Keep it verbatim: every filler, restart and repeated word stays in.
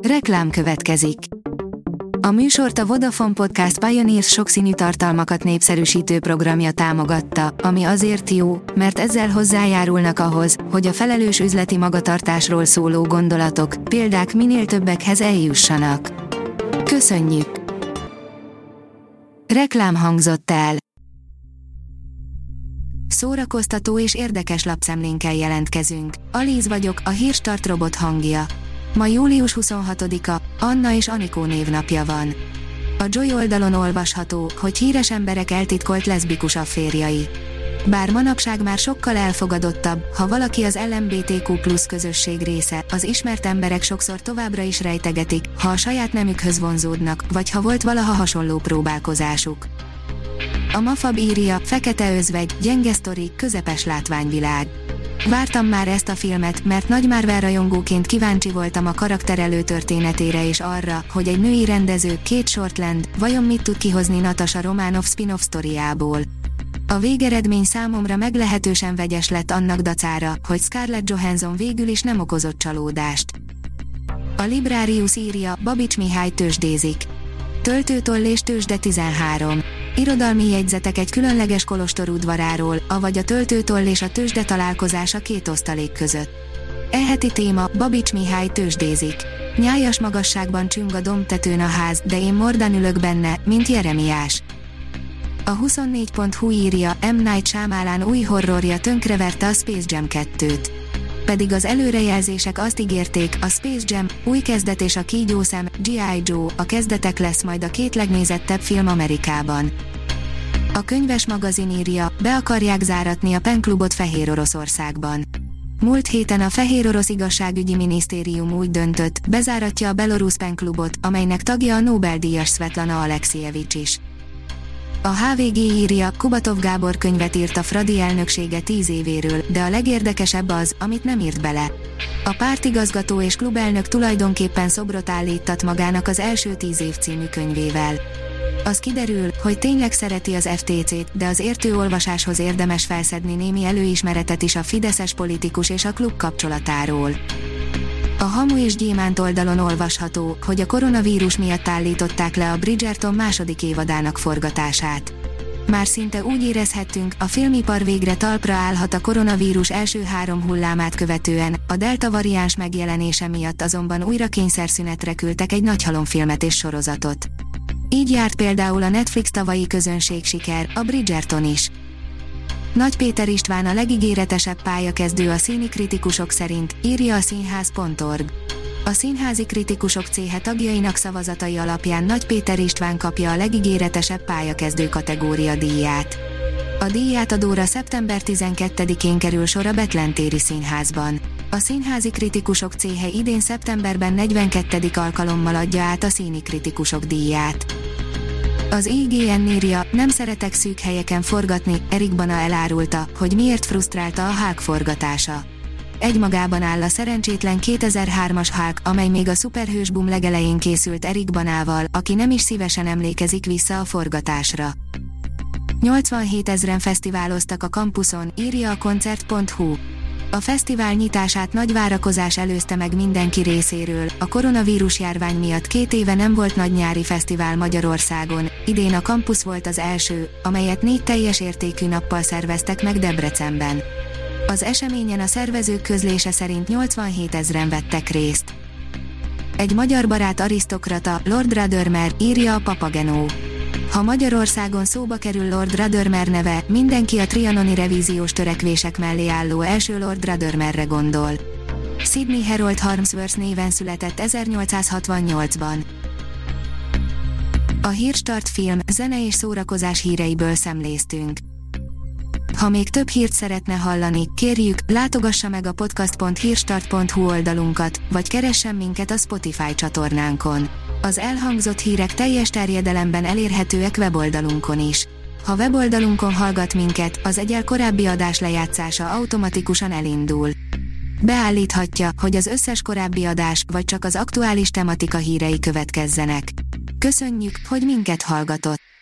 Reklám következik. A műsort a Vodafone Podcast Pioneers sokszínű tartalmakat népszerűsítő programja támogatta, ami azért jó, mert ezzel hozzájárulnak ahhoz, hogy a felelős üzleti magatartásról szóló gondolatok, példák minél többekhez eljussanak. Köszönjük! Reklám hangzott el. Szórakoztató és érdekes lapszemlénkkel jelentkezünk. Alíz vagyok, a Hírstart robot hangja. Ma július huszonhatodika, Anna és Anikó névnapja van. A Joy oldalon olvasható, hogy híres emberek eltitkolt leszbikus afférjai. Bár manapság már sokkal elfogadottabb, ha valaki az el em bé té kú plusz közösség része, az ismert emberek sokszor továbbra is rejtegetik, ha a saját nemükhöz vonzódnak, vagy ha volt valaha hasonló próbálkozásuk. A Mafab írja, fekete özvegy, gyenge sztori, közepes látványvilág. Vártam már ezt a filmet, mert nagy Marvel rajongóként kíváncsi voltam a karakter előtörténetére és arra, hogy egy női rendező, Kate Shortland, vajon mit tud kihozni Natasha Romanoff spin-off sztoriából. A végeredmény számomra meglehetősen vegyes lett annak dacára, hogy Scarlett Johansson végül is nem okozott csalódást. A Librarius írja, Babics Mihály tőzsdézik. Töltőtoll és tőzsde tizenhárom. Irodalmi jegyzetek egy különleges kolostor udvaráról, avagy a töltőtoll és a tőzsde találkozása két osztalék között. E heti téma, Babics Mihály tőzsdézik. Nyájas magasságban csüng a dombtetőn a ház, de én mordan ülök benne, mint Jeremiás. A huszonnégy pont hu írja, M. Night Shyamalan új horrorja tönkreverte a Space Jam kettőt. Pedig az előrejelzések azt ígérték, a Space Jam, új kezdet és a kígyószem, G I. Joe, a kezdetek lesz majd a két legnézettebb film Amerikában. A könyves magazin írja, be akarják záratni a PEN klubot Fehér Oroszországban. Múlt héten a Fehér Orosz igazságügyi minisztérium úgy döntött, bezáratja a belorusz PEN klubot, amelynek tagja a Nobel-díjas Svetlana Alexijevics is. A há vé gé írja, Kubatov Gábor könyvet írt a Fradi elnöksége tíz évéről, de a legérdekesebb az, amit nem írt bele. A pártigazgató és klubelnök tulajdonképpen szobrot állított magának az első tíz év című könyvével. Az kiderül, hogy tényleg szereti az ef té cét, de az értő olvasáshoz érdemes felszedni némi előismeretet is a fideszes politikus és a klub kapcsolatáról. A Hamu és Gyémánt oldalon olvasható, hogy a koronavírus miatt állították le a Bridgerton második évadának forgatását. Már szinte úgy érezhettünk, a filmipar végre talpra állhat a koronavírus első három hullámát követően, a delta variáns megjelenése miatt azonban újra kényszerszünetre küldtek egy nagyhalomfilmet és sorozatot. Így járt például a Netflix tavalyi közönségsiker, a Bridgerton is. Nagy Péter István a legígéretesebb pályakezdő a színi kritikusok szerint, írja a színház pont org. A színházi kritikusok céhe tagjainak szavazatai alapján Nagy Péter István kapja a legígéretesebb pályakezdő kategória díját. A díjátadóra szeptember tizenkettedikén kerül sor a Betlen-téri színházban. A színházi kritikusok céhe idén szeptemberben negyvenkettedik alkalommal adja át a színi kritikusok díját. Az i gé en írja, nem szeretek szűk helyeken forgatni, Erik Bana elárulta, hogy miért frusztrálta a Hulk forgatása. Egymagában áll a szerencsétlen kétezer-hármas Hulk, amely még a szuperhős boom legelején készült Erik Banával, aki nem is szívesen emlékezik vissza a forgatásra. nyolcvanhétezren fesztiváloztak a kampuszon, írja a koncert pont hu. A fesztivál nyitását nagy várakozás előzte meg mindenki részéről, a koronavírus járvány miatt két éve nem volt nagy nyári fesztivál Magyarországon, idén a Campus volt az első, amelyet négy teljes értékű nappal szerveztek meg Debrecenben. Az eseményen a szervezők közlése szerint nyolcvanhétezren vettek részt. Egy magyar barát arisztokrata, Lord Rothermer, írja a Papagenó. Ha Magyarországon szóba kerül Lord Rothermer neve, mindenki a trianoni revíziós törekvések mellé álló első Lord Rothermerre gondol. Sydney Harold Harmsworth néven született ezernyolcszázhatvannyolcban. A Hírstart film, zene és szórakozás híreiből szemléztünk. Ha még több hírt szeretne hallani, kérjük, látogassa meg a podcast pont hírstart pont hu oldalunkat, vagy keressen minket a Spotify csatornánkon. Az elhangzott hírek teljes terjedelemben elérhetőek weboldalunkon is. Ha weboldalunkon hallgat minket, az egyel korábbi adás lejátszása automatikusan elindul. Beállíthatja, hogy az összes korábbi adás, vagy csak az aktuális tematika hírei következzenek. Köszönjük, hogy minket hallgatott!